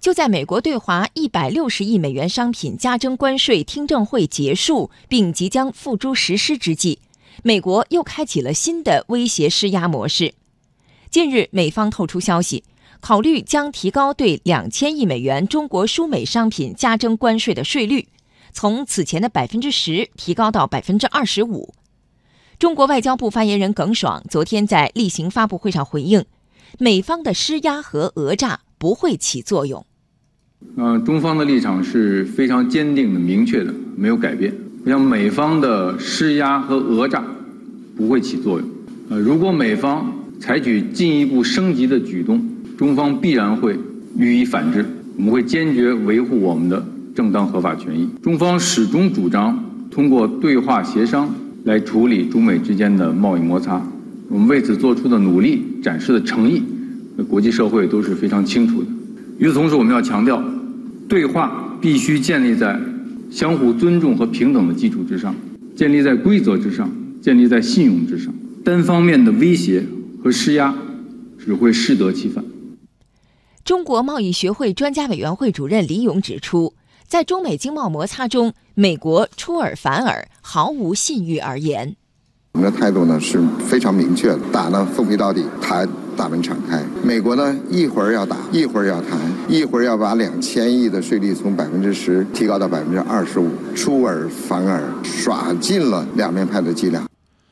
就在美国对华160亿美元商品加征关税听证会结束并即将付诸实施之际，美国又开启了新的威胁施压模式。近日，美方透出消息，考虑将提高对2000亿美元中国输美商品加征关税的税率，从此前的10%提高到25%。中国外交部发言人耿爽昨天在例行发布会上回应，美方的施压和讹诈不会起作用。 中方的立场是非常坚定的、明确的，没有改变。像美方的施压和讹诈不会起作用。如果美方采取进一步升级的举动，中方必然会予以反制。我们会坚决维护我们的正当合法权益。中方始终主张通过对话协商来处理中美之间的贸易摩擦。我们为此做出的努力、展示的诚意，国际社会都是非常清楚的。与此同时，我们要强调，对话必须建立在相互尊重和平等的基础之上，建立在规则之上，建立在信用之上。单方面的威胁和施压只会适得其反。 中国贸易学会专家委员会主任李勇指出，在中美经贸摩擦中，美国出尔反尔，毫无信誉而言。 我们的态度呢是非常明确的，打呢奉陪到底，谈大门敞开。美国呢一会儿要打，一会儿要谈，一会儿要把2000亿的税率从10%提高到25%，出尔反尔，耍尽了两面派的伎俩。